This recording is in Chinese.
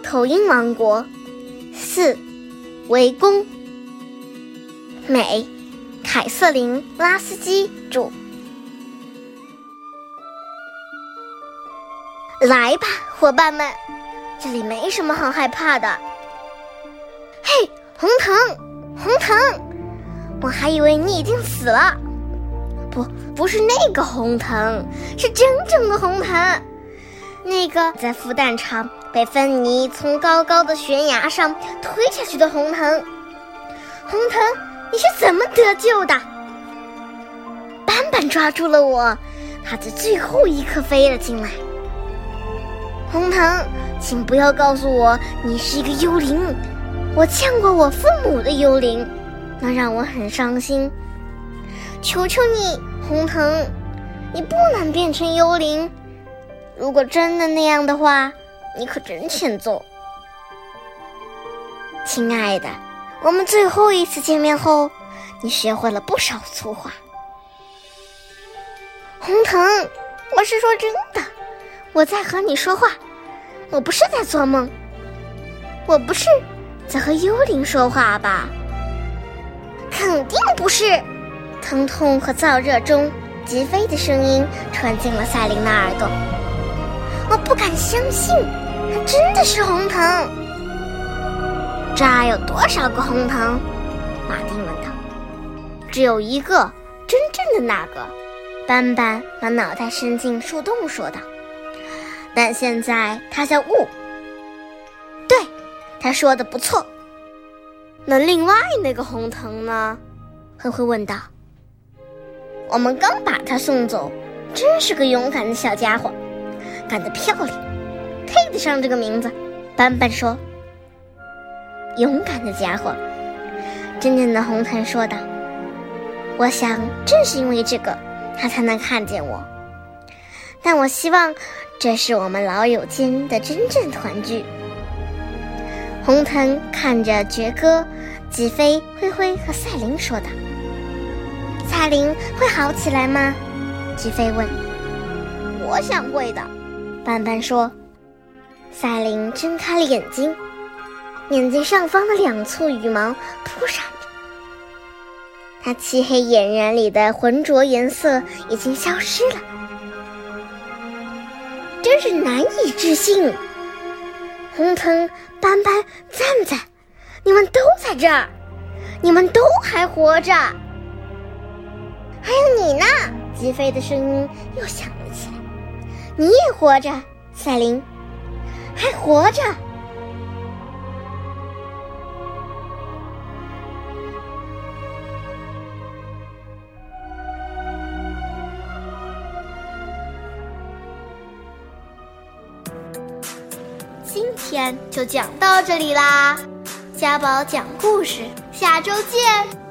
头鹰王国。4. 围攻。美，凯瑟琳·拉斯基著。来吧，伙伴们，这里没什么好害怕的。嘿，红藤，红藤，我还以为你已经死了。不是那个红藤，是真正的红藤。那个在孵蛋场被芬妮从高高的悬崖上推下去的红藤。红藤，你是怎么得救的？斑斑抓住了我，他在最后一刻飞了进来。红藤，请不要告诉我你是一个幽灵，我见过我父母的幽灵，那让我很伤心。求求你，红藤，你不能变成幽灵，如果真的那样的话，你可真欠揍。亲爱的，我们最后一次见面后，你学会了不少粗话。红藤，我是说真的，我在和你说话，我不是在做梦，我不是在和幽灵说话吧？肯定不是。疼痛和燥热中，吉菲的声音传进了赛琳的耳朵。我不敢相信，它真的是红藤。这儿有多少个红藤？马丁问道。只有一个，真正的那个。斑斑把脑袋伸进树洞说道。但现在它叫雾。对，他说的不错。那另外那个红藤呢？灰灰问道。我们刚把他送走，真是个勇敢的小家伙，干得漂亮，配得上这个名字。斑斑说。勇敢的家伙，真正的红藤说道。我想正是因为这个，他才能看见我。但我希望这是我们老友间的真正团聚。红藤看着爵哥、吉菲、灰灰和赛琳说道。赛琳会好起来吗？吉菲问。我想会的，斑斑说。赛琳睁开了眼睛，眼睛上方的2簇羽毛扑闪着，她漆黑眼缘里的浑浊颜色已经消失了。真是难以置信。红藤、斑斑、赞赞，你们都在这儿，你们都还活着。还有你呢，吉菲的声音又响了起来。你也活着，赛琳，还活着。今天就讲到这里啦，家宝讲故事，下周见。